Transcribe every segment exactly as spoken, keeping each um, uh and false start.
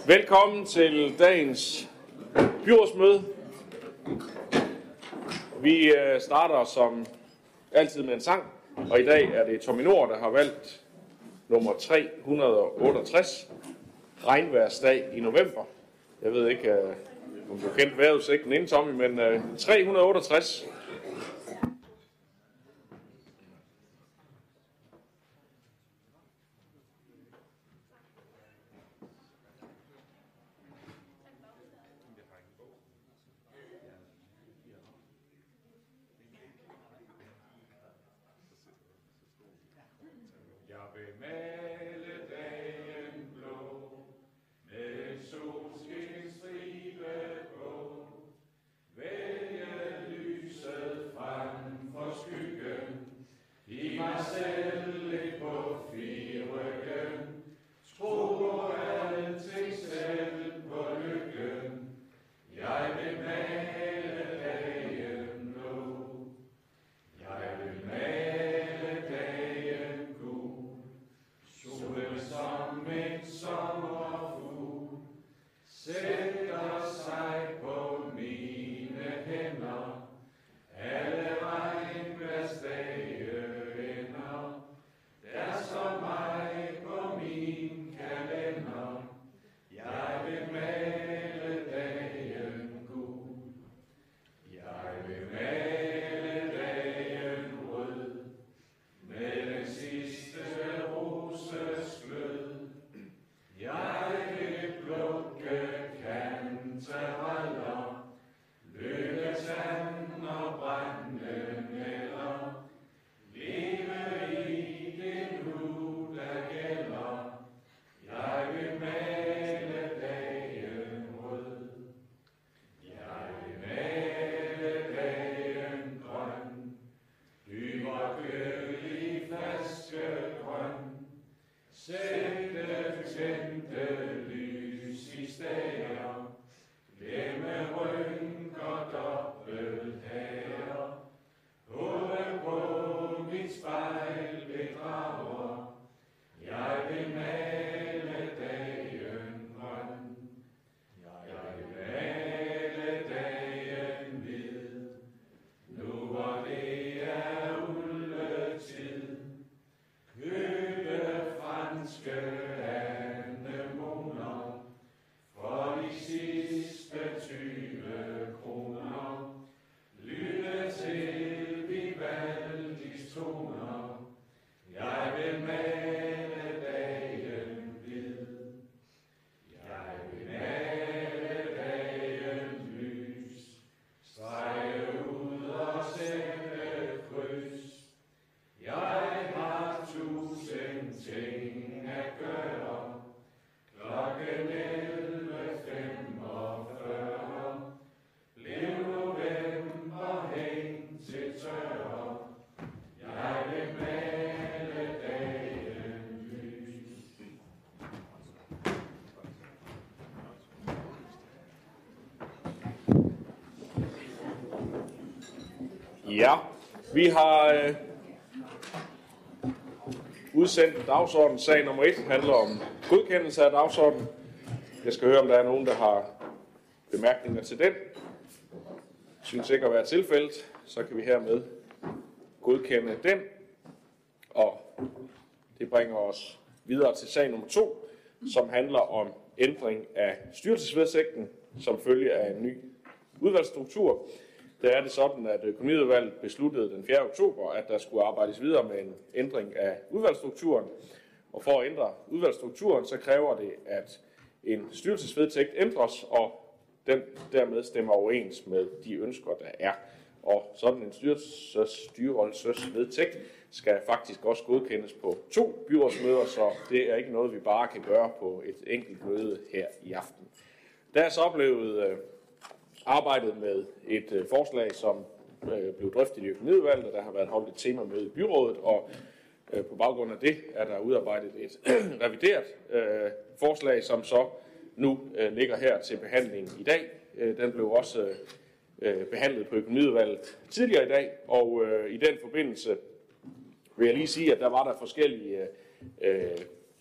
Velkommen til dagens byrådsmøde. Vi starter som altid med en sang, og i dag er det Tommy Nord, der har valgt nummer tre hundrede otteogtres, regnværsdag i november. Jeg ved ikke, om du kendte vejrudsigten inden, Tommy, men tre hundrede otteogtres. Ja, vi har øh, udsendt dagsordenen. Sag nummer et handler om godkendelse af dagsordenen. Jeg skal høre, om der er nogen, der har bemærkninger til den. Synes ikke at være tilfældet, så kan vi hermed godkende den. Og det bringer os videre til sag nummer to, som handler om ændring af styrelsesvedtægten som følge af en ny udvalgsstruktur. Der er det sådan, at økonomiudvalget besluttede den fjerde oktober, at der skulle arbejdes videre med en ændring af udvalgsstrukturen. Og for at ændre udvalgsstrukturen, så kræver det, at en styrelsesvedtægt ændres, og den dermed stemmer overens med de ønsker, der er. Og sådan en styrelsesvedtægt skal faktisk også godkendes på to byrådsmøder, så det er ikke noget, vi bare kan gøre på et enkelt møde her i aften. Der er så oplevet arbejdet med et øh, forslag, som øh, blev drøftet i økonomiudvalget. Der har været holdt et temamøde i byrådet, og øh, på baggrund af det er der udarbejdet et revideret øh, forslag, som så nu øh, ligger her til behandling i dag. Øh, den blev også øh, behandlet på økonomiudvalget tidligere i dag, og øh, i den forbindelse vil jeg lige sige, at der var der forskellige øh,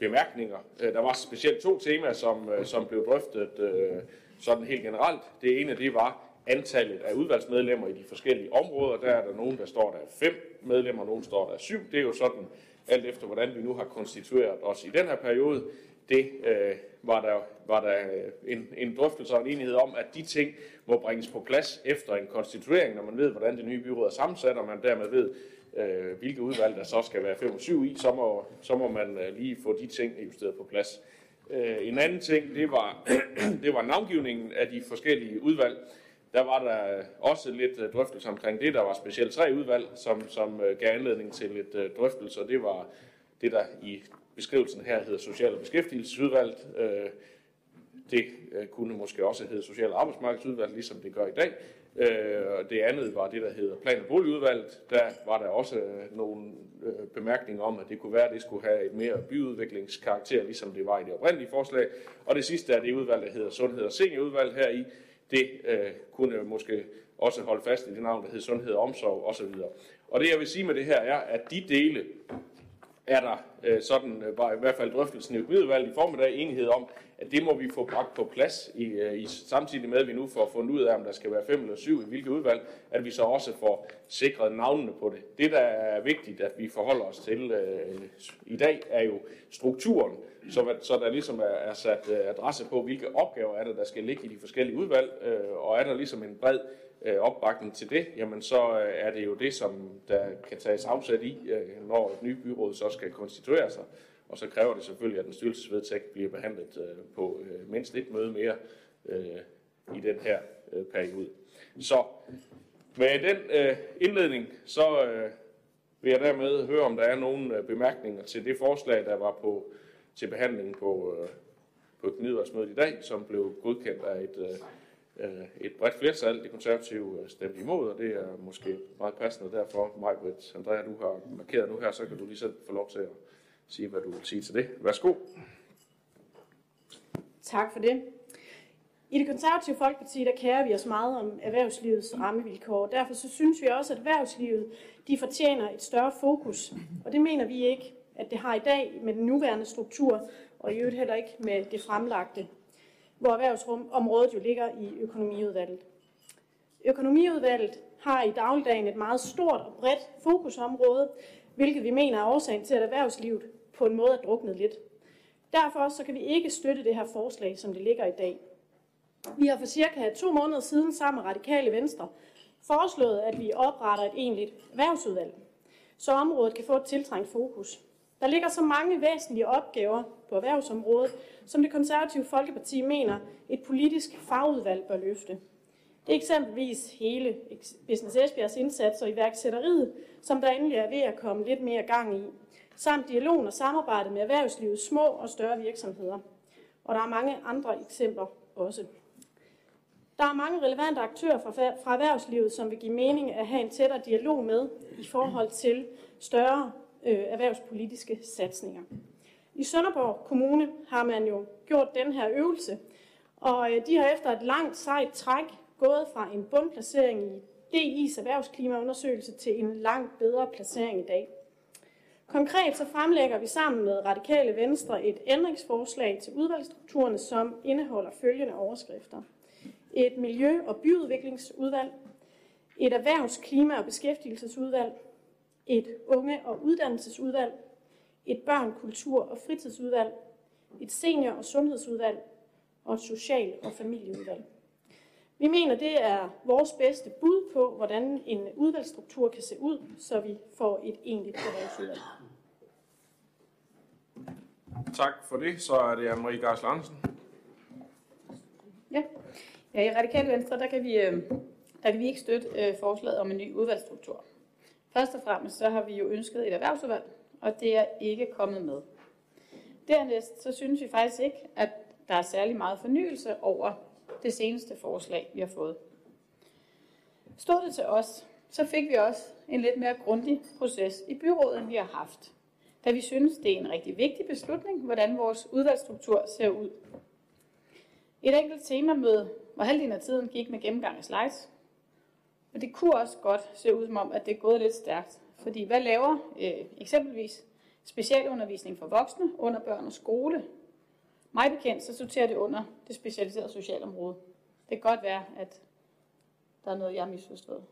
bemærkninger. Der var specielt to temaer, som, som blev drøftet sådan helt generelt. Det ene, det var antallet af udvalgsmedlemmer i de forskellige områder. Der er der nogen, der står der er fem medlemmer, nogen står der er syv. Det er jo sådan, alt efter hvordan vi nu har konstitueret os i den her periode. Det øh, var der, var der en, en drøftelse og en enighed om, at de ting må bringes på plads efter en konstituering, når man ved, hvordan det nye byråd er sammensat, og man dermed ved, øh, hvilke udvalg der så skal være fem og syv i, så må, så må man øh, lige få de ting justeret på plads. Øh, en anden ting, det var, det var navngivningen af de forskellige udvalg. Der var der også lidt drøftelse omkring det. Der var specielt tre udvalg, som, som gav anledning til lidt drøftelse, og det var det, der i beskrivelsen her hedder Social- og Beskæftigelsesudvalget. Det kunne måske også hedde Social- og Arbejdsmarkedsudvalget, ligesom det gør i dag. Og det andet var det, der hedder Plan- og Boligudvalget. Der var der også nogle bemærkninger om, at det kunne være, at det skulle have et mere byudviklingskarakter, ligesom det var i det oprindelige forslag. Og det sidste er det udvalg, der hedder Sundhed- og Seniorudvalg her i. Det øh, kunne måske også holde fast i det navn, der hedder Sundhed og Omsorg osv. Og det jeg vil sige med det her er, at de dele er der øh, sådan øh, var i hvert fald drøftelsen i økonomiudvalget i formiddag enighed om, at det må vi få bragt på plads i, øh, i samtidig med, at vi nu får fundet ud af, om der skal være fem eller syv i hvilke udvalg, at vi så også får sikret navnene på det. Det, der er vigtigt, at vi forholder os til øh, i dag, er jo strukturen, så, så der ligesom er, er sat øh, adresse på, hvilke opgaver er der, der skal ligge i de forskellige udvalg, øh, og er der ligesom en bred øh, opbakning til det, jamen så øh, er det jo det, som der kan tages afsæt i, øh, når et nyt byråd så skal konstituere sig, og så kræver det selvfølgelig, at den styrelsesvedtægt bliver behandlet øh, på øh, mindst et møde mere øh, i den her øh, periode. Så med den øh, indledning, så øh, vil jeg dermed høre, om der er nogle øh, bemærkninger til det forslag, der var på til behandling på, øh, på et nyhedsmøde i dag, som blev godkendt af et, øh, et bredt flertal. De konservative stemte imod, og det er måske meget passende. Derfor, Maj-Britt, Andrea, du har markeret nu her, så kan du lige selv få lov til at sige, hvad du vil sige til det. Værsgo. Tak for det. I det konservative Folkeparti, der kærer vi os meget om erhvervslivets rammevilkår. Derfor så synes vi også, at erhvervslivet de fortjener et større fokus. Og det mener vi ikke, at det har i dag med den nuværende struktur, og i øvrigt heller ikke med det fremlagte, hvor erhvervsområdet jo ligger i økonomiudvalget. Økonomiudvalget har i dagligdagen et meget stort og bredt fokusområde, hvilket vi mener er årsagen til, at erhvervslivet på en måde er druknet lidt. Derfor så kan vi ikke støtte det her forslag, som det ligger i dag. Vi har for cirka to måneder siden sammen med Radikale Venstre foreslået, at vi opretter et egentligt erhvervsudvalg, så området kan få et tiltrængt fokus. Der ligger så mange væsentlige opgaver på erhvervsområdet, som det konservative Folkeparti mener, et politisk fagudvalg bør løfte. Det er eksempelvis hele Business Esbjergs indsatser i iværksætteriet, som der endelig er ved at komme lidt mere gang i, samt dialogen og samarbejdet med erhvervslivets små og større virksomheder. Og der er mange andre eksempler også. Der er mange relevante aktører fra erhvervslivet, som vil give mening at have en tættere dialog med i forhold til større øh, erhvervspolitiske satsninger. I Sønderborg Kommune har man jo gjort den her øvelse, og øh, de har efter et langt sejt træk gået fra en bundplacering i D I's erhvervsklimaundersøgelse til en langt bedre placering i dag. Konkret så fremlægger vi sammen med Radikale Venstre et ændringsforslag til udvalgsstrukturerne, som indeholder følgende overskrifter. Et miljø- og byudviklingsudvalg, et erhvervs-, klima- og beskæftigelsesudvalg, et unge- og uddannelsesudvalg, et børn-, kultur- og fritidsudvalg, et senior- og sundhedsudvalg og et social- og familieudvalg. Vi mener, det er vores bedste bud på, hvordan en udvalgsstruktur kan se ud, så vi får et egentligt erhvervsudvalg. Tak for det. Så er det Anne-Marie Garsel Andersen. Ja. Ja, i Radikale Venstre, der kan vi, der kan vi ikke støtte øh, forslaget om en ny udvalgsstruktur. Først og fremmest så har vi jo ønsket et erhvervsudvalg, og det er ikke kommet med. Dernæst så synes vi faktisk ikke, at der er særlig meget fornyelse over det seneste forslag, vi har fået. Stod det til os, så fik vi også en lidt mere grundig proces i byrådet, end vi har haft, da vi synes, det er en rigtig vigtig beslutning, hvordan vores udvalgsstruktur ser ud. Et enkelt temamøde, hvor halvdelen af tiden gik med gennemgang af slides, og det kunne også godt se ud som om, at det er gået lidt stærkt. Fordi hvad laver øh, eksempelvis Specialundervisning for voksne under børn og skole. Mig bekendt, så sorterer det under det specialiserede socialområde. Det kan godt være, at der er noget, jeg har misforstået.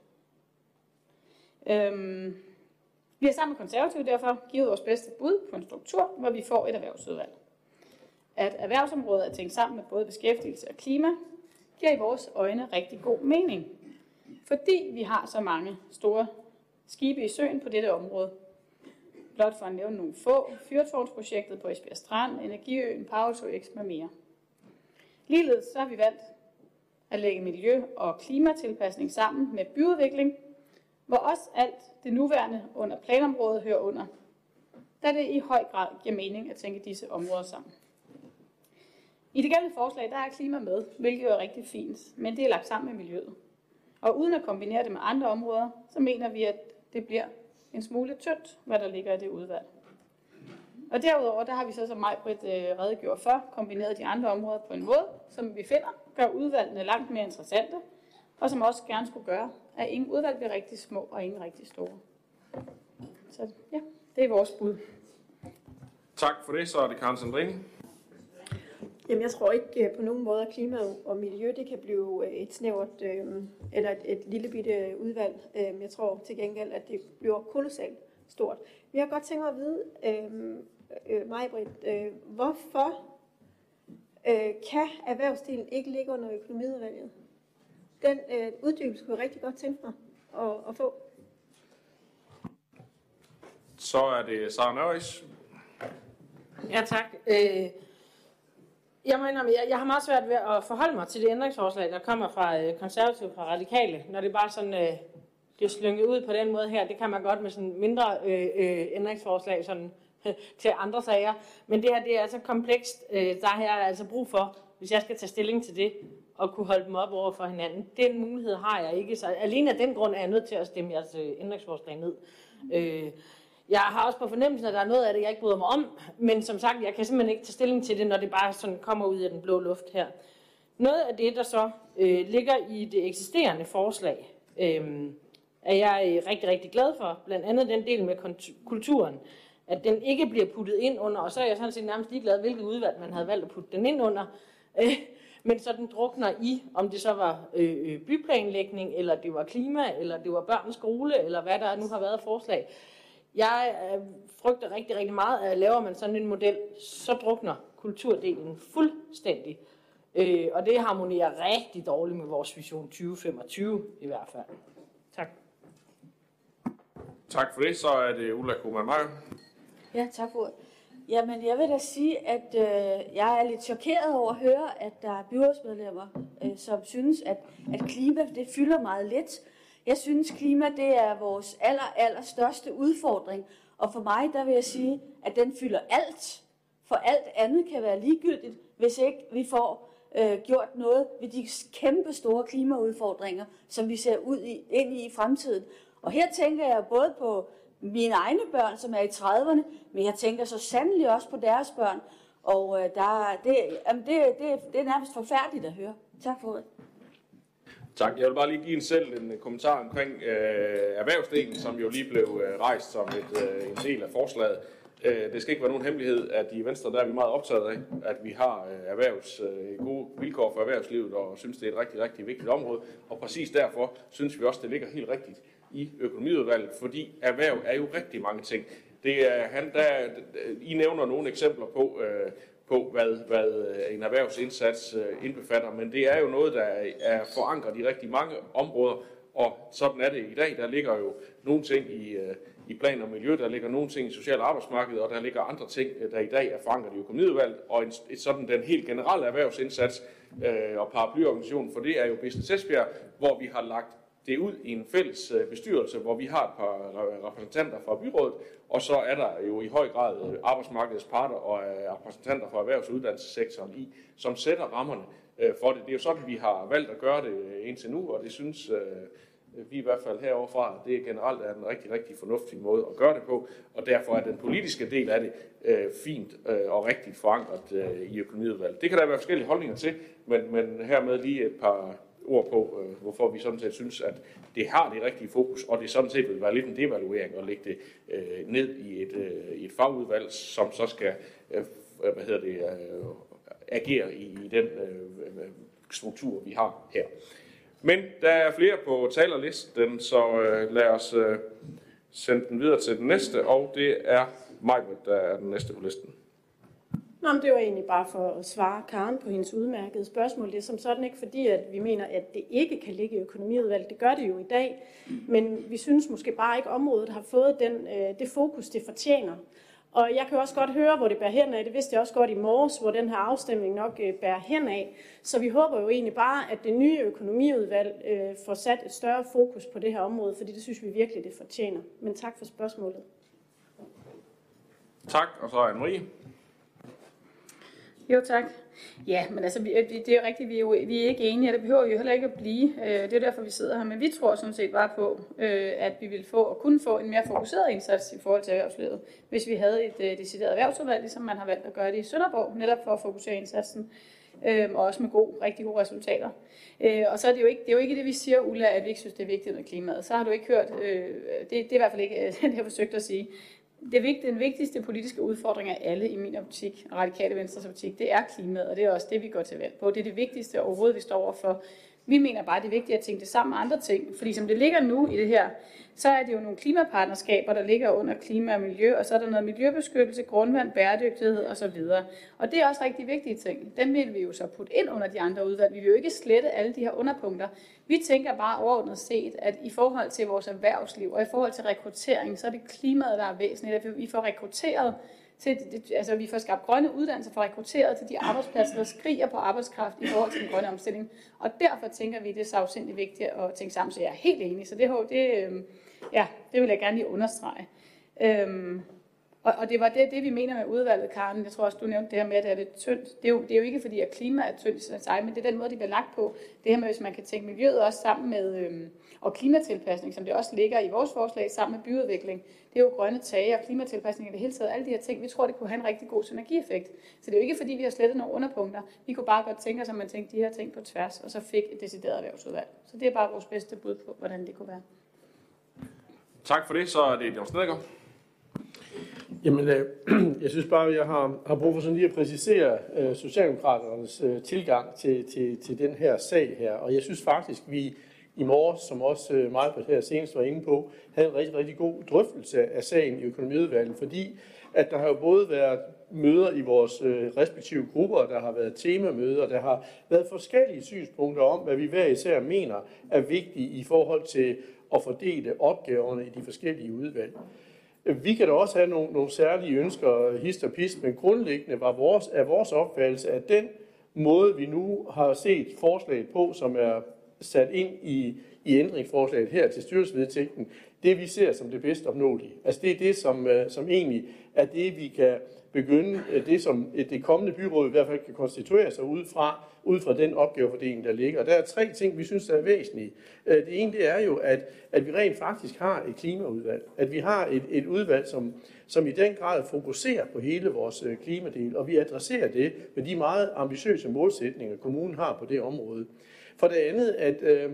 Øhm, vi har sammen med Konservative derfor givet vores bedste bud på en struktur, hvor vi får et erhvervsudvalg. At erhvervsområdet er tænkt sammen med både beskæftigelse og klima, giver i vores øjne rigtig god mening. Fordi vi har så mange store skibe i søen på dette område. Blot for at nævne nogle få, fyrtårnsprojektet på Esbjerg Strand, Energiøen, Power to X med mere. Ligeledes så har vi valgt at lægge miljø- og klimatilpasning sammen med byudvikling, hvor også alt det nuværende under planområdet hører under, da det i høj grad giver mening at tænke disse områder sammen. I det gældende forslag der er klima med, hvilket er rigtig fint, men det er lagt sammen med miljøet. Og uden at kombinere det med andre områder, så mener vi, at det bliver en smule tyndt, hvad der ligger i det udvalg. Og derudover, der har vi så, som Maj-Britt øh, redegjort for, kombineret de andre områder på en måde, som vi finder gør udvalgene langt mere interessante, og som også gerne skulle gøre, at ingen udvalg bliver rigtig små og ingen rigtig store. Så ja, det er vores bud. Tak for det, så er det Karen Sandrini. Jamen, jeg tror ikke på nogen måde, at klima og miljø det kan blive et snævert øh, eller et, et lille bitte udvalg. Jeg tror til gengæld, at det bliver kolossalt stort. Men jeg har godt tænkt mig at vide, øh, øh, Maj-Britt, øh, hvorfor øh, kan erhvervsdelen ikke ligge under økonomiudvalget? Den øh, uddybelse kunne jeg rigtig godt tænke mig at, at få. Så er det Sara Nørris. Ja, tak. Øh, jeg, mener, jeg, jeg har meget svært ved at forholde mig til det ændringsforslag, der kommer fra øh, konservative fra radikale, når det bare sådan øh, bliver slynget ud på den måde her. Det kan man godt med sådan mindre øh, øh, ændringsforslag sådan, øh, til andre sager. Men det her det er altså komplekst. Øh, der har jeg altså brug for, hvis jeg skal tage stilling til det, og kunne holde dem op over for hinanden. Den mulighed har jeg ikke, så alene af den grund er jeg nødt til at stemme jeres øh, ændringsforslag ned. Øh, Jeg har også på fornemmelsen, at der er noget af det, jeg ikke bryder mig om, men som sagt, jeg kan simpelthen ikke tage stilling til det, når det bare sådan kommer ud af den blå luft her. Noget af det, der så øh, ligger i det eksisterende forslag, øh, er jeg rigtig, rigtig glad for. Blandt andet den del med kulturen, at den ikke bliver puttet ind under, og så er jeg sådan set nærmest ligeglad, hvilket udvalg man havde valgt at putte den ind under. Øh, men så den drukner i, om det så var øh, byplanlægning, eller det var klima, eller det var børns skole, eller hvad der nu har været forslag. Jeg øh, frygter rigtig, rigtig meget, at laver man sådan en model, så drukner kulturdelen fuldstændig. Øh, og det harmonerer rigtig dårligt med vores vision tyve femogtyve i hvert fald. Tak. Tak for det. Så er det Ulla Kuhlmann-Meyer. Ja, tak for det. Jamen, jeg vil da sige, at øh, jeg er lidt chokeret over at høre, at der er byrådsmedlemmer, øh, som synes, at, at klima det fylder meget lidt. Jeg synes, klima det er vores aller, aller største udfordring. Og for mig, der vil jeg sige, at den fylder alt. For alt andet kan være ligegyldigt, hvis ikke vi får øh, gjort noget ved de kæmpe store klimaudfordringer, som vi ser ud i, ind i i fremtiden. Og her tænker jeg både på mine egne børn, som er i trediverne, men jeg tænker så sandelig også på deres børn. Og øh, der, det, jamen det, det, det er nærmest forfærdeligt at høre. Tak for det. Tak. Jeg vil bare lige give en selv en kommentar omkring øh, erhvervsdelen, som jo lige blev øh, rejst som et, øh, en del af forslaget. Øh, det skal ikke være nogen hemmelighed, at i Venstre der er vi meget optaget af, at vi har øh, erhvervs, øh, gode vilkår for erhvervslivet, og synes, det er et rigtig, rigtig vigtigt område. Og præcis derfor synes vi også, det ligger helt rigtigt i økonomiudvalget, fordi erhverv er jo rigtig mange ting. Det er, han, der, I nævner nogle eksempler på, øh, på hvad, hvad en erhvervsindsats øh, indbefatter, men det er jo noget, der er forankret i rigtig mange områder, og sådan er det i dag. Der ligger jo nogle ting i, øh, i plan og miljø, der ligger nogle ting i social arbejdsmarked, og der ligger andre ting, der i dag er forankret i økonomiudvalget, og en, sådan den helt generelle erhvervsindsats øh, og paraplyorganisationen for det er jo Business Esbjerg, hvor vi har lagt det ud i en fælles bestyrelse, hvor vi har et par repræsentanter fra byrådet, og så er der jo i høj grad arbejdsmarkedets parter og repræsentanter fra erhvervs- og uddannelsessektoren i, som sætter rammerne for det. Det er jo sådan, vi har valgt at gøre det indtil nu, og det synes vi i hvert fald heroverfra, det er generelt er en rigtig, rigtig fornuftig måde at gøre det på, og derfor er den politiske del af det fint og rigtigt forankret i økonomiudvalget. Det kan der være forskellige holdninger til, men, men hermed lige et par ord på, øh, hvorfor vi sådan set synes, at det har det rigtige fokus, og det sådan set vil være lidt en devaluering at lægge det øh, ned i et, øh, i et fagudvalg, som så skal øh, hvad hedder det, øh, agere i, i den øh, struktur, vi har her. Men der er flere på talerlisten, så øh, lad os øh, sende den videre til den næste, og det er Majbert, der er den næste på listen. Nå, men det var egentlig bare for at svare Karen på hendes udmærkede spørgsmål. Det er som sådan ikke fordi, at vi mener, at det ikke kan ligge i økonomiudvalget. Det gør det jo i dag. Men vi synes måske bare ikke, at området har fået den, øh, det fokus, det fortjener. Og jeg kan også godt høre, hvor det bærer hen af. Det vidste jeg også godt i morges, hvor den her afstemning nok øh, bærer hen af. Så vi håber jo egentlig bare, at det nye økonomiudvalg øh, får sat et større fokus på det her område, fordi det synes vi virkelig, det fortjener. Men tak for spørgsmålet. Tak, og så er Anne-Marie. Jo, tak. Ja, men altså, vi, det er jo rigtigt, vi er, jo, vi er ikke enige, og det behøver vi jo heller ikke at blive. Det er derfor, vi sidder her. Men vi tror sådan set bare på, at vi vil få og kunne få en mere fokuseret indsats i forhold til erhvervslivet, hvis vi havde et decideret erhvervsudvalg, ligesom man har valgt at gøre det i Sønderborg, netop for at fokusere indsatsen, og også med gode, rigtig gode resultater. Og så er det jo ikke det, er jo ikke det vi siger, Ulla, at vi ikke synes, det er vigtigt med klimaet. Så har du ikke hørt, det, det er i hvert fald ikke det, jeg har forsøgt at sige. Det vigtige, den vigtigste politiske udfordring af alle i min optik, og Radikale Venstres optik, det er klimaet, og det er også det, vi går til valg på. Det er det vigtigste overhovedet, vi står overfor. Vi mener bare, det er vigtigt at tænke det sammen med andre ting, fordi som det ligger nu i det her, så er det jo nogle klimapartnerskaber, der ligger under klima og miljø, og så er der noget miljøbeskyttelse, grundvand, bæredygtighed osv. Og det er også rigtig vigtige ting. Dem vil vi jo så putte ind under de andre udvalg. Vi vil jo ikke slette alle de her underpunkter. Vi tænker bare overordnet set, at i forhold til vores erhvervsliv og i forhold til rekruttering, så er det klimaet, der er væsentligt, at vi får rekrutteret til, altså vi får skabt grønne uddannelser, får rekrutteret til de arbejdspladser, der skriger på arbejdskraft i forhold til den grønne omstilling. Og derfor tænker vi, at det er så afsindigt vigtigt at tænke sammen, så jeg er helt enig. Så det, det, ja, det vil jeg gerne lige understrege. Øhm, og, og det var det, det, vi mener med udvalget, Karen. Jeg tror også, du nævnte det her med, at det er lidt tyndt. Det er jo, det er jo ikke fordi, at klima er tyndt i sig, men det er den måde, det bliver lagt på. Det her med, hvis man kan tænke miljøet også sammen med, øhm, og klimatilpasning, som det også ligger i vores forslag, sammen med byudvikling. Det er jo grønne tage og klimatilpasning i det hele taget. Alle de her ting, vi tror, det kunne have en rigtig god synergieffekt. Så det er jo ikke fordi, vi har slettet nogle underpunkter. Vi kunne bare godt tænke os, at man tænkte de her ting på tværs, og så fik et decideret erhvervsudvalg. Så det er bare vores bedste bud på, hvordan det kunne være. Tak for det. Så er det Jens Nedergaard. Jamen, øh, jeg synes bare, at jeg har, har brug for sådan lige at præcisere øh, Socialdemokraternes øh, tilgang til, til, til den her sag her. Og jeg synes faktisk, vi i morges, som også øh, meget på det her senest var inde på, havde en rigtig, rigtig god drøftelse af sagen i økonomiudvalget, fordi at der har jo både været møder i vores øh, respektive grupper, der har været temamøder, der har været forskellige synspunkter om, hvad vi hver især mener er vigtigt i forhold til at fordele opgaverne i de forskellige udvalg. Vi kan da også have nogle, nogle særlige ønsker, hist og pist, men grundlæggende var vores, er vores opfattelse, at den måde, vi nu har set forslaget på, som er sat ind i, i ændringsforslaget her til styrelsesvedtægten, det vi ser som det bedst opnåelige. Altså det er det, som, som egentlig er det, vi kan begynde, det som det kommende byråd i hvert fald kan konstituere sig ud fra, ud fra den opgavefordeling, der ligger. Og der er tre ting, vi synes, der er væsentlige. Det ene, det er jo, at, at vi rent faktisk har et klimaudvalg. At vi har et, et udvalg, som, som i den grad fokuserer på hele vores klimadel, og vi adresserer det med de meget ambitiøse målsætninger, kommunen har på det område. For det andet, at,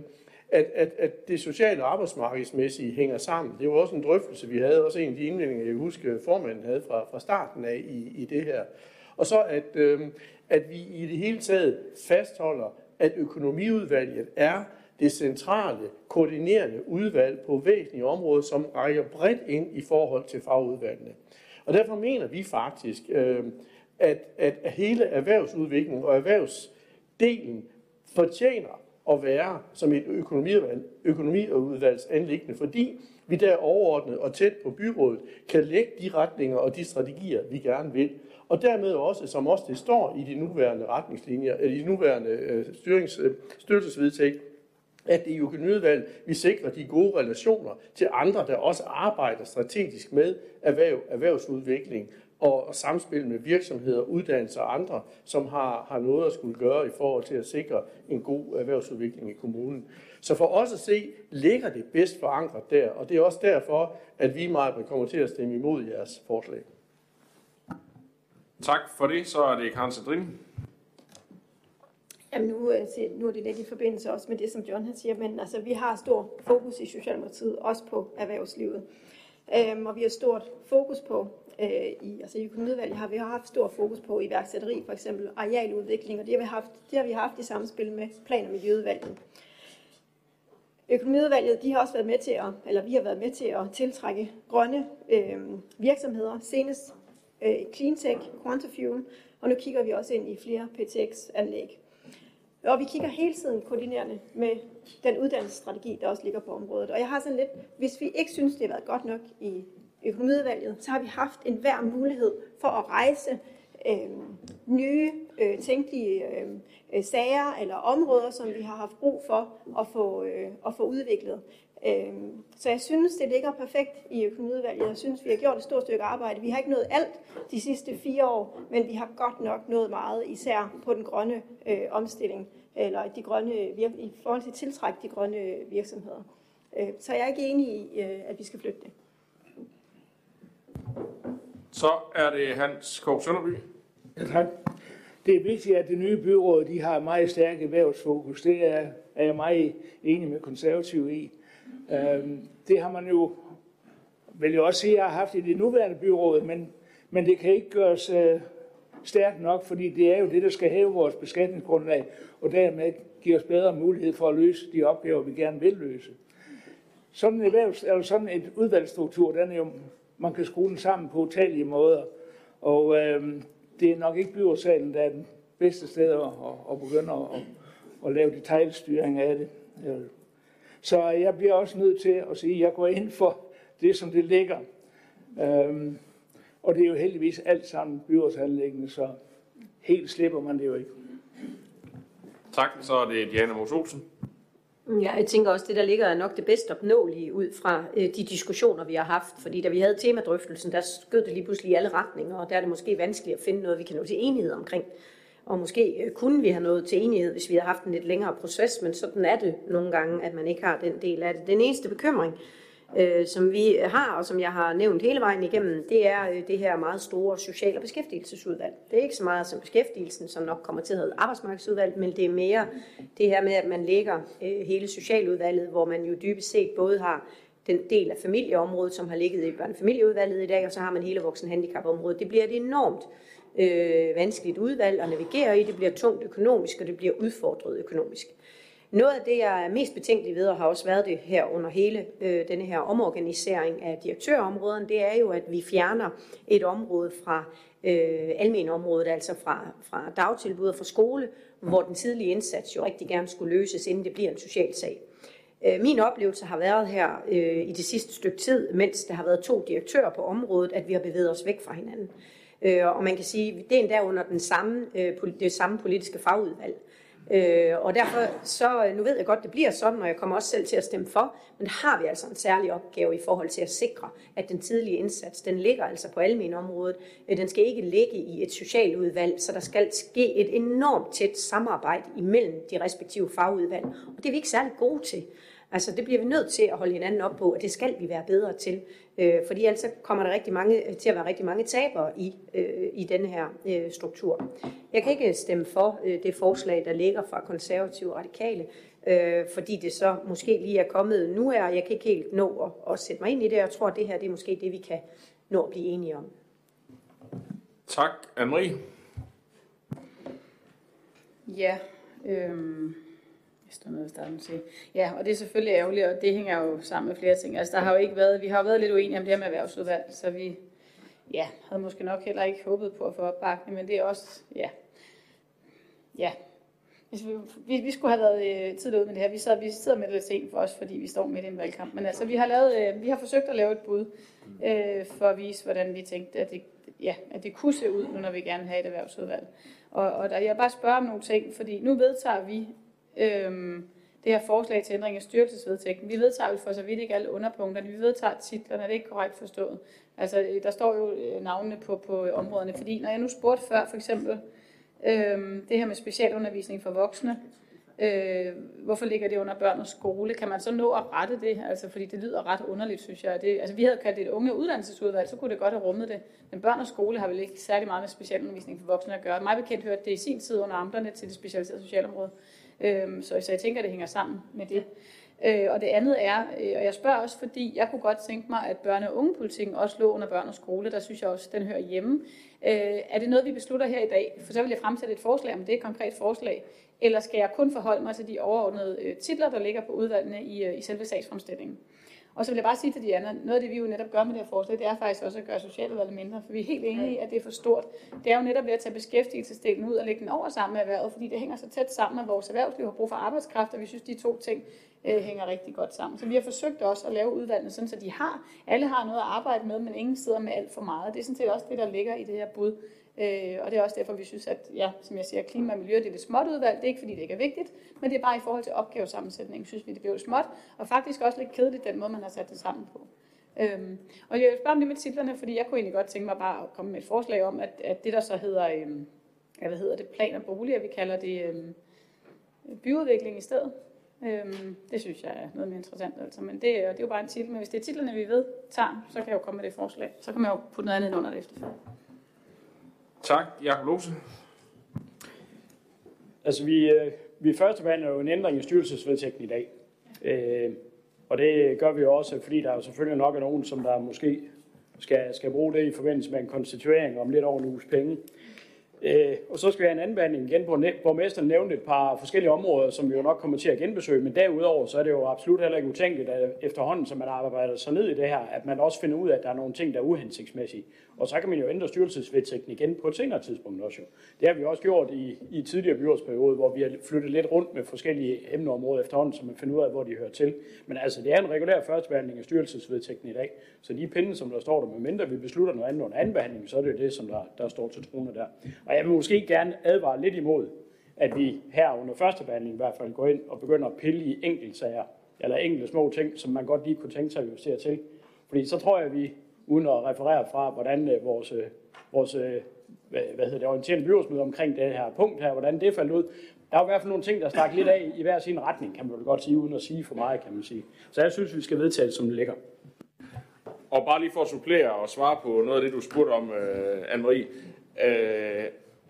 at, at, at det sociale og arbejdsmarkedsmæssige hænger sammen. Det var også en drøftelse, vi havde, også en af de indvendinger, jeg husker, formanden havde fra, fra starten af i, i det her. Og så at, øh, at vi i det hele taget fastholder, at økonomiudvalget er det centrale, koordinerende udvalg på væsentlige områder, som rækker bredt ind i forhold til fagudvalgene. Og derfor mener vi faktisk, øh, at, at hele erhvervsudviklingen og erhvervsdelen fortjener at være som et økonomiudvalg, økonomiudvalgsanliggende, fordi vi der overordnet og tæt på byrådet kan lægge de retninger og de strategier, vi gerne vil. Og dermed også, som også det står i de nuværende retningslinjer, eller i de nuværende øh, styrings, øh, styrelsesvedtægt, at det i økonomiudvalget vi sikrer de gode relationer til andre, der også arbejder strategisk med erhverv, erhvervsudvikling og, og samspil med virksomheder, uddannelser og andre, som har, har noget at skulle gøre i forhold til at sikre en god erhvervsudvikling i kommunen. Så for os at se, ligger det bedst forankret der, og det er også derfor, at vi meget kommer til at stemme imod jeres forslag. Tak for det. Så er det Karen Sadrin. Jamen nu, nu er det lidt i forbindelse også med det, som John han siger, men altså, vi har stor fokus i Socialdemokratiet, også på erhvervslivet. Øhm, og vi har stort fokus på, øh, i, altså i økonomiudvalget har vi haft stor fokus på iværksætteri, for eksempel arealudvikling, og det har vi haft, det har vi haft i samspil med plan- og miljøudvalget. Økonomiudvalget, de har også været med til at, eller vi har været med til at tiltrække grønne øh, virksomheder, senest øh, Cleantech, Quantafuel, og nu kigger vi også ind i flere P T X-anlæg. Og vi kigger hele tiden koordinerende med den uddannelsesstrategi, der også ligger på området. Og jeg har sådan lidt, hvis vi ikke synes, det har været godt nok i økonomiudvalget, så har vi haft en hver mulighed for at rejse øh, nye øh, tænkelige øh, sager eller områder, som vi har haft brug for at få, øh, at få udviklet. Øh, så jeg synes, det ligger perfekt i økonomiudvalget. Jeg synes, vi har gjort et stort stykke arbejde. Vi har ikke nået alt de sidste fire år, men vi har godt nok nået meget, især på den grønne øh, omstilling, eller de grønne virk- i forhold til at tiltrække de grønne virksomheder. Øh, så jeg er ikke enig i, øh, at vi skal flytte det. Så er det Hans K. Sønderby. Ja, tak. Det er vigtigt, at det nye byråd de har meget stærk erhvervsfokus. Det er, er jeg meget enig med konservative i. Øhm, det har man jo, vil jeg også sige, at jeg har haft i det nuværende byråd, men, men det kan ikke gøres øh, stærkt nok, fordi det er jo det, der skal hæve vores beskatningsgrundlag, og dermed give os bedre mulighed for at løse de opgaver, vi gerne vil løse. Sådan en, erhvervs, eller sådan et udvalgsstruktur, den er jo, man kan skrue den sammen på utallige måder, og øh, det er nok ikke byrådssalen, der er den bedste sted at, at begynde at, at lave detailstyring af det. Så jeg bliver også nødt til at sige, at jeg går ind for det, som det ligger. Øhm, og det er jo heldigvis alt sammen byrådsanlæggende, så helt slipper man det jo ikke. Tak, så er det Diana Mos Olsen. Ja, jeg tænker også, det der ligger er nok det bedst opnåelige ud fra øh, de diskussioner, vi har haft. Fordi da vi havde temadrøftelsen, der skød det lige pludselig i alle retninger, og der er det måske vanskeligt at finde noget, vi kan nå til enighed omkring. Og måske øh, kunne vi have nået til enighed, hvis vi havde haft en lidt længere proces, men sådan er det nogle gange, at man ikke har den del af det. Den eneste bekymring, øh, som vi har, og som jeg har nævnt hele vejen igennem, det er øh, det her meget store social- og beskæftigelsesudvalg. Det er ikke så meget som beskæftigelsen, som nok kommer til at hedde arbejdsmarkedsudvalg, men det er mere det her med, at man lægger øh, hele socialudvalget, hvor man jo dybest set både har den del af familieområdet, som har ligget i børnefamilieudvalget i dag, og så har man hele voksenhandicapområdet. Det bliver et enormt øh, vanskeligt udvalg at navigere i. Det bliver tungt økonomisk, og det bliver udfordret økonomisk. Noget af det, jeg er mest betænkelig ved, og har også været det her under hele øh, denne her omorganisering af direktørområderne, det er jo, at vi fjerner et område fra øh, almenområdet, altså fra, fra dagtilbud og fra skole, hvor den tidlige indsats jo rigtig gerne skulle løses, inden det bliver en social sag. Min oplevelse har været her øh, i det sidste stykke tid, mens der har været to direktører på området, at vi har bevæget os væk fra hinanden. Øh, og man kan sige, det er endda under den samme, øh, det samme politiske fagudvalg. Øh, og derfor, så nu ved jeg godt, det bliver sådan, og jeg kommer også selv til at stemme for, men der har vi altså en særlig opgave i forhold til at sikre, at den tidlige indsats, den ligger altså på almenområdet. Den skal ikke ligge i et socialudvalg, så der skal ske et enormt tæt samarbejde imellem de respektive fagudvalg. Og det er vi ikke særlig gode til. Altså det bliver vi nødt til at holde hinanden op på, og det skal vi være bedre til. Øh, fordi ellers kommer der rigtig mange, til at være rigtig mange tabere i, øh, i denne her øh, struktur. Jeg kan ikke stemme for øh, det forslag, der ligger fra konservative og radikale, øh, fordi det så måske lige er kommet nu her, og jeg kan ikke helt nå at, at sætte mig ind i det. Jeg tror, at det her det er måske det, vi kan nå at blive enige om. Tak, Anne-Marie. Ja, øhm Hvis der er noget, jeg starter med at sige. Ja, og det er selvfølgelig ærgerligt, og det hænger jo sammen med flere ting. Altså, der har jo ikke været, vi har jo været lidt uenige om det her med erhvervsudvalg, så vi ja, havde måske nok heller ikke håbet på at få opbakning, men det er også, ja, ja. Hvis vi, vi, vi skulle have været øh, tidligt ud med det her. Vi sidder, vi sidder med det lidt sent for os, fordi vi står midt i en valgkamp. Men altså, vi har, lavet, øh, vi har forsøgt at lave et bud øh, for at vise, hvordan vi tænkte, at det, ja, at det kunne se ud, nu når vi gerne vil have et erhvervsudvalg. Og, og der, jeg vil bare spørge om nogle ting, fordi nu vedtager vi Øhm, det her forslag til ændring af styrelsesvedtægten. Vi vedtager jo for så vidt ikke alle underpunkterne. Vi vedtager titlerne, det er ikke korrekt forstået. Altså, der står jo navnene på, på områderne, fordi når jeg nu spurgte før, for eksempel, øhm, det her med specialundervisning for voksne, Øh, hvorfor ligger det under børn og skole? Kan man så nå at rette det? Altså, fordi det lyder ret underligt, synes jeg. Det, altså, vi havde kaldt det et unge uddannelsesudvalg, så kunne det godt have rummet det. Men børn og skole har vel ikke særlig meget med specialundervisning for voksne at gøre. Mig bekendt hørte det i sin tid under amterne til det specialiserede socialområde. Øh, så, så jeg tænker, at det hænger sammen med det. Øh, og det andet er, øh, og jeg spørger også, fordi jeg kunne godt tænke mig, at børne- og ungepolitikken også lå under børn og skole. Der synes jeg også, den hører hjemme. Øh, er det noget, vi beslutter her i dag? For så vil jeg fremsætte et forslag, om det er et konkret forslag. Eller skal jeg kun forholde mig til de overordnede øh, titler, der ligger på udvalgene i, øh, i selve sagsfremstillingen? Og så vil jeg bare sige til Diana, noget af det, vi jo netop gør med det her forslag, det er faktisk også at gøre socialudvalget mindre, for vi er helt enige i, at det er for stort. Det er jo netop ved at tage beskæftigelsesdelen ud og lægge den over sammen med erhvervet, fordi det hænger så tæt sammen, at vores erhvervsliv har brug for arbejdskraft, og vi synes, de to ting øh, hænger rigtig godt sammen. Så vi har forsøgt også at lave udvalgene, sådan så de har, alle har noget at arbejde med, men ingen sidder med alt for meget. Det er sådan set også det, der ligger i det her bud. Øh, og det er også derfor, vi synes, at ja, som jeg siger, klima og miljø, det er lidt småt udvalg. Det er ikke, fordi det ikke er vigtigt, men det er bare i forhold til opgavesammensætningen, synes vi, det bliver småt. Og faktisk også lidt kedeligt, den måde, man har sat det sammen på. Øhm, og jeg vil spørge om det med titlerne, fordi jeg kunne egentlig godt tænke mig bare at komme med et forslag om, at, at det, der så hedder, øhm, ja, hvad hedder det, plan og boliger, vi kalder det øhm, byudvikling i stedet. Øhm, det synes jeg er noget mere interessant, altså. Men det, det er jo bare en titel. Men hvis det er titlerne, vi ved, tager, så kan jeg jo komme med det forslag. Så kan man jo putte noget andet ind under det efterfølgende. Tak. Jakob Lose. Altså, vi, vi første behandler jo en ændring i styrelsesvedtægten i dag. Øh, og det gør vi jo også, fordi der er jo selvfølgelig nok er nogen, som der måske skal, skal bruge det i forbindelse med en konstituering om lidt over en uges penge. Øh, og så skal vi have en anden behandling igen, hvor borgmesteren nævnte et par forskellige områder, som vi jo nok kommer til at genbesøge, men derudover så er det jo absolut heller ikke utænkeligt, at efterhånden, som man arbejder sig ned i det her, at man også finder ud af, at der er nogle ting, der er uhensigtsmæssige. Og så kan man jo ændre styrelsesvedtægten igen på et senere tidspunkt også. Jo. Det har vi også gjort i, i tidligere byrådsperiode, hvor vi har flyttet lidt rundt med forskellige emneområder efterhånden, så man finder ud af, hvor de hører til. Men altså, det er en regulær førstebehandling af styrelsesvedtægten i dag, så de pinde, som der står der, med mindre vi beslutter noget andet under anden behandling, så er det det, som der, der står til troende der. Og jeg vil måske gerne advare lidt imod, at vi her under første behandling i hvert fald går ind og begynder at pille i enkeltsager, eller enkelte små ting, som man godt lige kunne tænke sig at justere til. Fordi så tror jeg, at vi, uden at referere fra, hvordan vores, vores hvad hedder det, orienterende byrådsmøde omkring det her punkt her, hvordan det faldt ud, der er i hvert fald nogle ting, der stak lidt af i hver sin retning, kan man vel godt sige, uden at sige for meget, kan man sige. Så jeg synes, vi skal vedtage det, som det ligger. Og bare lige for at supplere og svare på noget af det, du spurgte om, øh, Anne-Marie. Øh,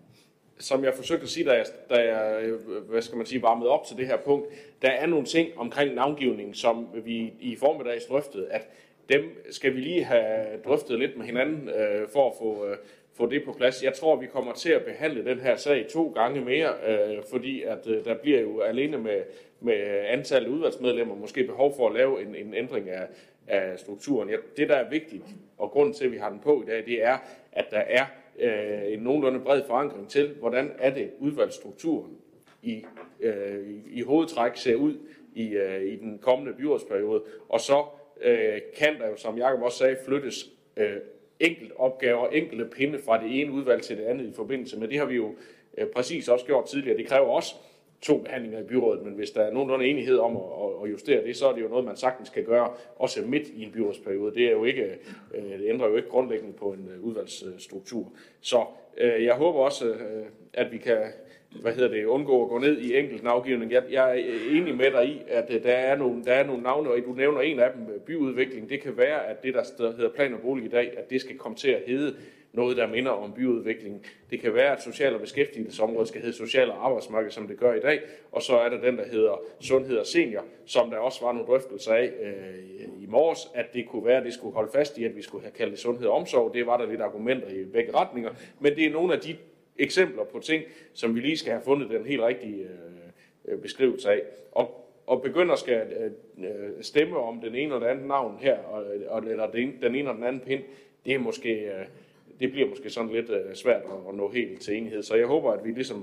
som jeg forsøgte at sige, da jeg, da jeg hvad skal man sige, varmede op til det her punkt, der er nogle ting omkring navngivning, som vi i formiddags drøftede, at dem skal vi lige have drøftet lidt med hinanden øh, for at få, øh, få det på plads. Jeg tror, vi kommer til at behandle den her sag to gange mere, øh, fordi at øh, der bliver jo alene med, med antallet af udvalgsmedlemmer måske behov for at lave en, en ændring af, af strukturen. Ja, det, der er vigtigt, og grunden til, at vi har den på i dag, det er, at der er øh, en nogenlunde bred forankring til, hvordan er det udvalgsstrukturen i, øh, i, i hovedtræk ser ud i, øh, i den kommende byrådsperiode, og så øh, kan der jo, som Jakob også sagde, flyttes øh, enkelt opgaver, enkelte pinde fra det ene udvalg til det andet i forbindelse med. Det har vi jo øh, præcis også gjort tidligere. Det kræver også to behandlinger i byrådet, men hvis der er nogenlunde enighed om at, at justere det, så er det jo noget, man sagtens kan gøre, også midt i en byrådsperiode. Det, er jo ikke, øh, det ændrer jo ikke grundlæggende på en øh, udvalgsstruktur. Så øh, jeg håber også, øh, at vi kan hvad hedder det, undgå at gå ned i enkelt navngivning. Jeg, jeg er enig med dig i, at der er, nogle, der er nogle navne, og du nævner en af dem, byudvikling. Det kan være, at det, der hedder plan og bolig i dag, at det skal komme til at hedde noget, der minder om byudvikling. Det kan være, at social- og beskæftigelsesområdet skal hedde social- og arbejdsmarked, som det gør i dag. Og så er der den, der hedder sundhed og senior, som der også var nogle drøftelser af øh, i morges, at det kunne være, at det skulle holde fast i, at vi skulle have kaldt det sundhed og omsorg. Det var der lidt argumenter i begge retninger. Men det er nogle af de eksempler på ting, som vi lige skal have fundet den helt rigtige øh, beskrivelse af. Og, og begynder skal øh, stemme om den ene eller anden navn her, og, og, eller den, den ene eller den anden pind, det er måske... Øh, det bliver måske sådan lidt øh, svært at, at nå helt til enighed. Så jeg håber, at vi ligesom,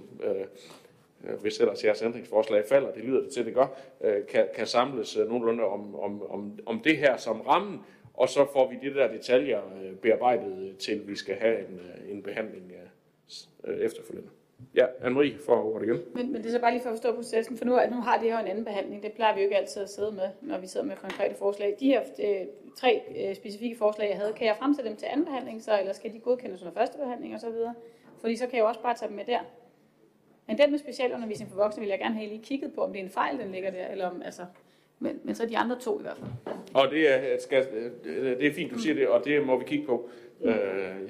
øh, hvis ellers jeres ændringsforslag falder, det lyder det til, det gør, øh, kan, kan samles øh, nogenlunde om, om, om, om det her som rammen, og så får vi de der detaljer øh, bearbejdet til, vi skal have en, en behandling øh, efterfølgende. Ja, Anne-Marie får ordet igen. Men, men det er så bare lige for at forstå processen, for nu, nu har det her en anden behandling. Det plejer vi jo ikke altid at sidde med, når vi sidder med konkrete forslag. De her øh, tre øh, specifikke forslag, jeg havde, kan jeg fremsætte dem til anden behandling, så, eller skal de godkendes under første behandling og så videre? Fordi så kan jeg jo også bare tage dem med der. Men den med specialundervisning for voksne vil jeg gerne have lige kigget på, om det er en fejl, den ligger der, eller om, altså, men, men så de andre to i hvert fald. Og det er, skal, det er fint, du siger det, og det må vi kigge på øh, ja,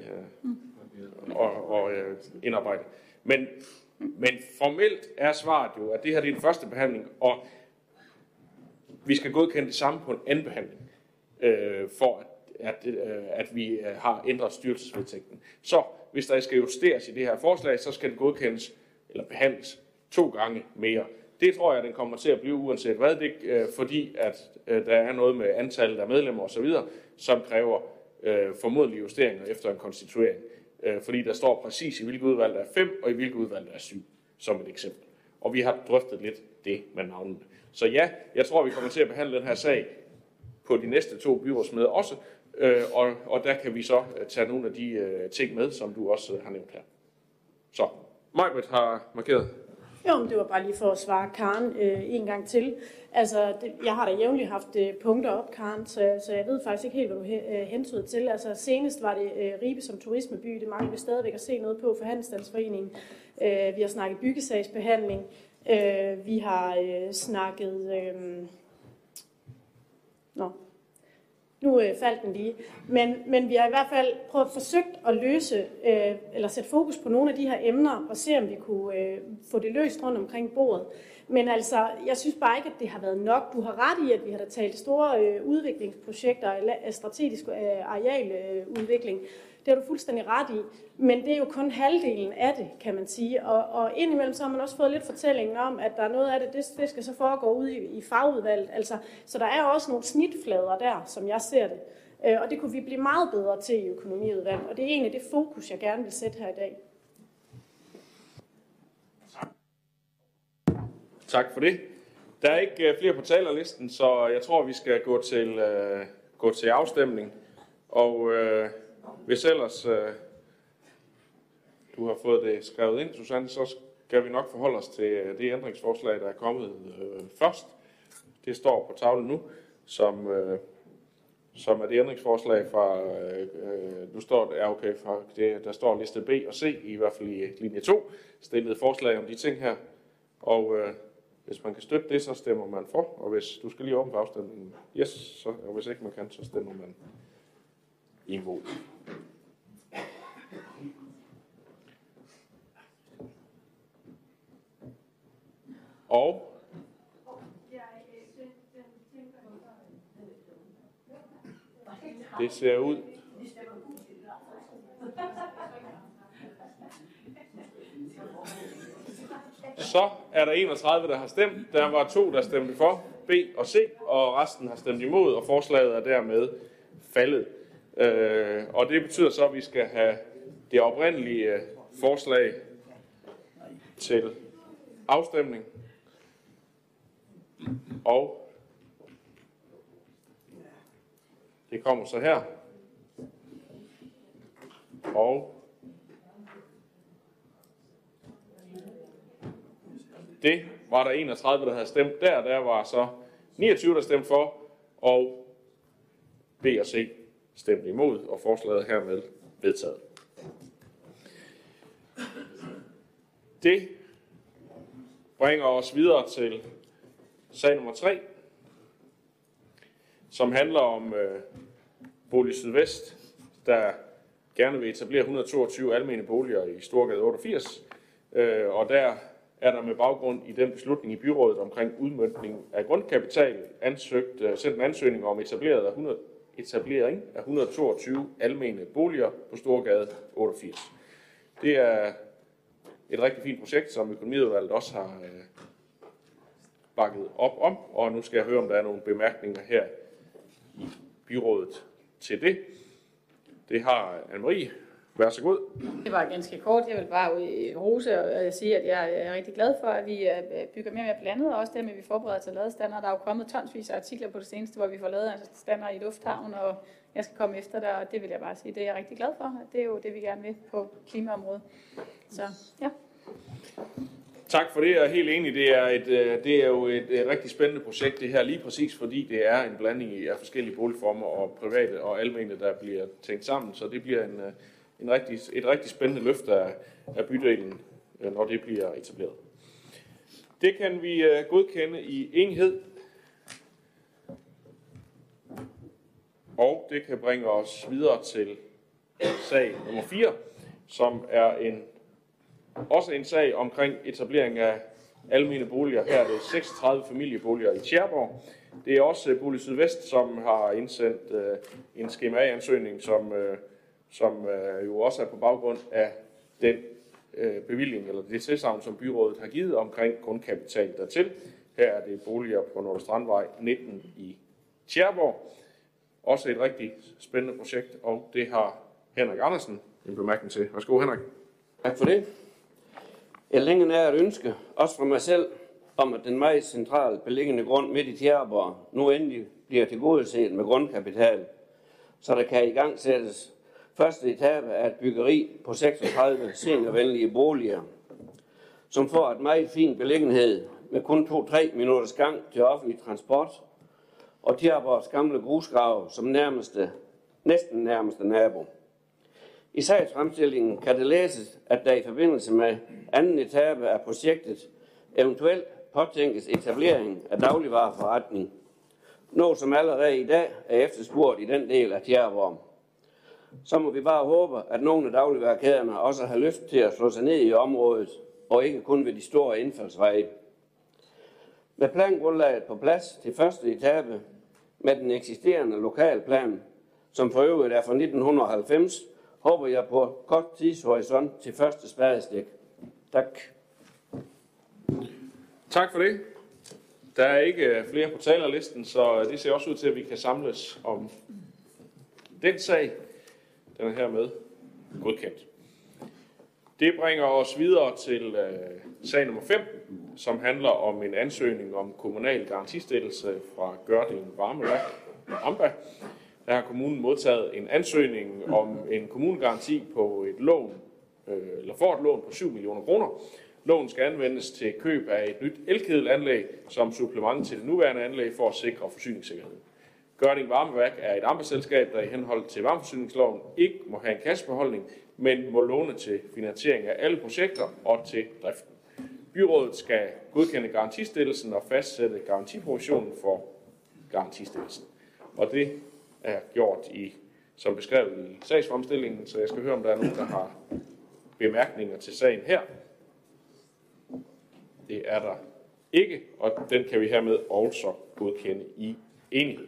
og, og øh, indarbejde. Men, men formelt er svaret jo, at det her det er den første behandling, og vi skal godkende det samme på en anden behandling, øh, for at, at, at vi har ændret styrelsesvedtægten. Så hvis der skal justeres i det her forslag, så skal det godkendes eller behandles to gange mere. Det tror jeg, den kommer til at blive uanset hvad, det, øh, fordi at øh, der er noget med antallet af medlemmer osv., som kræver øh, formodentlige justeringer efter en konstituering. Øh, fordi der står præcis i hvilket udvalg der er fem, og i hvilket udvalg der er syv, som et eksempel. Og vi har drøftet lidt det med navnene. Så ja, jeg tror, vi kommer til at behandle den her sag på de næste to byrådsmøder også, øh, og, og der kan vi så tage nogle af de øh, ting med, som du også øh, har nævnt her. Så, Majbrit har markeret. Jo, men det var bare lige for at svare Karen øh, en gang til. Altså, det, jeg har da jævnligt haft øh, punkter op, Karen, så, så jeg ved faktisk ikke helt, hvad du øh, hentyder til. Altså, senest var det øh, Ribe som turismeby. Det mangler vi stadigvæk at se noget på for Handelsstandsforeningen. Øh, vi har snakket byggesagsbehandling. Øh, vi har øh, snakket... Øh... Nå, nu øh, faldt den lige. Men, men vi har i hvert fald prøvet forsøgt at løse, øh, eller sætte fokus på nogle af de her emner, og se om vi kunne øh, få det løst rundt omkring bordet. Men altså, jeg synes bare ikke, at det har været nok. Du har ret i, at vi har da talt store øh, udviklingsprojekter, strategisk øh, arealudvikling. Øh, det har du fuldstændig ret i. Men det er jo kun halvdelen af det, kan man sige. Og, og indimellem så har man også fået lidt fortællingen om, at der er noget af det, det, det skal så foregå ude i, i fagudvalget. Altså, så der er også nogle snitflader der, som jeg ser det. Øh, og det kunne vi blive meget bedre til i økonomiudvalget. Og det er egentlig det fokus, jeg gerne vil sætte her i dag. Tak for det. Der er ikke uh, flere på talerlisten, så jeg tror, vi skal gå til, uh, gå til afstemning. Og uh, hvis ellers uh, du har fået det skrevet ind, Susanne, så skal vi nok forholde os til uh, det ændringsforslag, der er kommet uh, først. Det står på tavlen nu, som, uh, som er det ændringsforslag fra, uh, nu står det, ja, okay, fra det, der står liste B og C, i hvert fald i linje to, stillet forslag om de ting her. Og uh, hvis man kan støtte det, så stemmer man for, og hvis du skal lige åbne for afstemningen, yes, så, og hvis ikke man kan, så stemmer man imod. Og det ser ud. Så er der enogtredive, der har stemt. Der var to, der stemte for, B og C, og resten har stemt imod, og forslaget er dermed faldet. Øh, og det betyder så, at vi skal have det oprindelige forslag til afstemning. Og det kommer så her. Og det var der enogtredive, der havde stemt der. Der var så niogtyve, der stemte for, og B og C stemte imod, og forslaget hermed vedtaget. Det bringer os videre til sag nummer tre, som handler om øh, Bolig Sydvest, der gerne vil etablere et hundrede og toogtyve almene boliger i Storgade otteogfirs, øh, og der er der med baggrund i den beslutning i byrådet omkring udmøntning af grundkapital ansøgt, uh, sendt en ansøgning om etableret af hundrede, etablering af et hundrede og toogtyve almene boliger på Storgade otteogfirs. Det er et rigtig fint projekt, som økonomiudvalget også har uh, bakket op om, og nu skal jeg høre, om der er nogle bemærkninger her i byrådet til det. Det har Anne-Marie. Vær så god. Det var ganske kort. Jeg vil bare rose og sige, at jeg er rigtig glad for, at vi bygger mere og mere blandet, og også det med, at vi forbereder til ladestander. Der er jo kommet tonsvis af artikler på det seneste, hvor vi får lavet stander i lufthavn, og jeg skal komme efter der, og det vil jeg bare sige. Det er jeg rigtig glad for. Det er jo det, vi gerne vil på klimaområdet. Så ja. Tak for det, jeg er helt enig. Det er, et, det er jo et, et rigtig spændende projekt, det her, lige præcis fordi det er en blanding af forskellige boligformer og private og almene, der bliver tænkt sammen, så det bliver en, en rigtig, et rigtig spændende løft af, af bydelen når det bliver etableret. Det kan vi godkende i enhed, og det kan bringe os videre til sag nummer fire, som er en, også en sag omkring etablering af almene boliger. Her er det seksogtredive familieboliger i Tjæreborg. Det er også Bolig Sydvest, som har indsendt øh, en skema A-ansøgning, som, øh, som øh, jo også er på baggrund af den øh, bevilling, eller det tilsagn, som byrådet har givet omkring grundkapital dertil. Her er det boliger på Nordre Strandvej nitten i Tjæreborg. Også et rigtig spændende projekt, og det har Henrik Andersen en bemærkning til. Værsgo, Henrik. Tak for det. Jeg længe nær et ønske, også fra mig selv, om at den meget centralt beliggende grund midt i Tjæreborg nu endelig bliver tilgodeset med grundkapital, så der kan i gang sættes første etape af et byggeri på seksogtredive seniorvenlige boliger, som får et meget fin beliggenhed med kun to-tre minutters gang til offentlig transport, og Tjæreborgs gamle grusgrav som nærmeste, næsten nærmeste nabo. I sagsfremstillingen kan det læses, at der i forbindelse med anden etape af projektet eventuelt påtænkes etablering af dagligvareforretning, noget som allerede i dag er efterspurgt i den del af Tjæreborg. Så må vi bare håbe, at nogle af dagligvarekæderne også har lyst til at slå sig ned i området, og ikke kun ved de store indfaldsveje. Med plangrundlaget på plads til første etape med den eksisterende lokalplan, som for øvrigt er fra nitten halvfems, håber jeg på kort tidshorisont til første spadestik. Tak. Tak for det. Der er ikke flere på talerlisten, så det ser også ud til, at vi kan samles om den sag. Den er hermed godkendt. Det bringer os videre til uh, sag nummer fem, som handler om en ansøgning om kommunal garantistillelse fra Gørding Varmeværk Amba. Der har kommunen modtaget en ansøgning om en kommunegaranti på et lån, øh, eller for et lån på syv millioner kroner. Lån skal anvendes til køb af et nyt elkedelanlæg som supplement til det nuværende anlæg for at sikre forsyningssikkerheden. Gørding Varmeværk er et ambaselskab, der i henhold til varmeforsyningsloven ikke må have en kassebeholdning, men må låne til finansiering af alle projekter og til driften. Byrådet skal godkende garantistillelsen og fastsætte garantiprovisionen for garantistillelsen. Og det er gjort i, som beskrevet i sagsfremstillingen, så jeg skal høre, om der er nogen, der har bemærkninger til sagen her. Det er der ikke, og den kan vi hermed også godkende i enighed.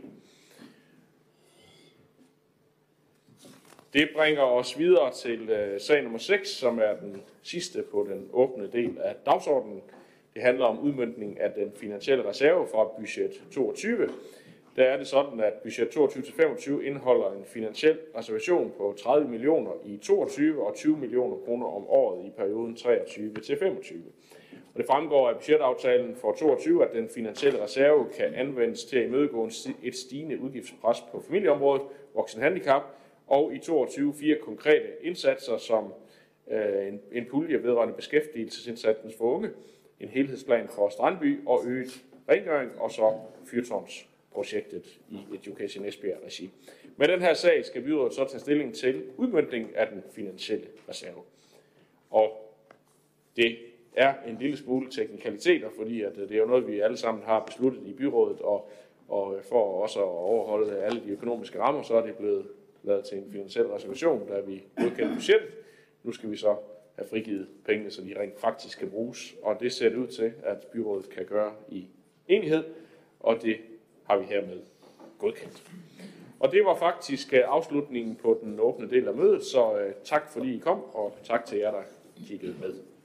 Det bringer os videre til uh, sag nummer seks, som er den sidste på den åbne del af dagsordenen. Det handler om udmøntning af den finansielle reserve fra budget toogtyve. Der er det sådan, at budget toogtyve til femogtyve indeholder en finansiel reservation på tredive millioner i toogtyve og tyve millioner kroner om året i perioden treogtyve til femogtyve. Og det fremgår af budgetaftalen for toogtyve, at den finansielle reserve kan anvendes til at imødegå et stigende udgiftspres på familieområdet, voksenhandicap, og i toogtyve fire konkrete indsatser som øh, en, en pulje vedrørende beskæftigelsesindsatsen for unge, en helhedsplan for Strandby og øget rengøring, og så fyrtårnsprojektet i Education Esbjerg-regi. Med den her sag skal byrådet så tage stilling til udmøntning af den finansielle reserve. Og det er en lille smule teknikaliteter, fordi at det er jo noget, vi alle sammen har besluttet i byrådet, og, og for også at overholde alle de økonomiske rammer, så er det blevet lavet til en finansiel reservation, da vi godkendte budgettet. Nu skal vi så have frigivet pengene, så de rent faktisk skal bruges, og det ser det ud til, at byrådet kan gøre i enighed, og det har vi hermed godkendt. Og det var faktisk afslutningen på den åbne del af mødet, så tak fordi I kom, og tak til jer, der kiggede med.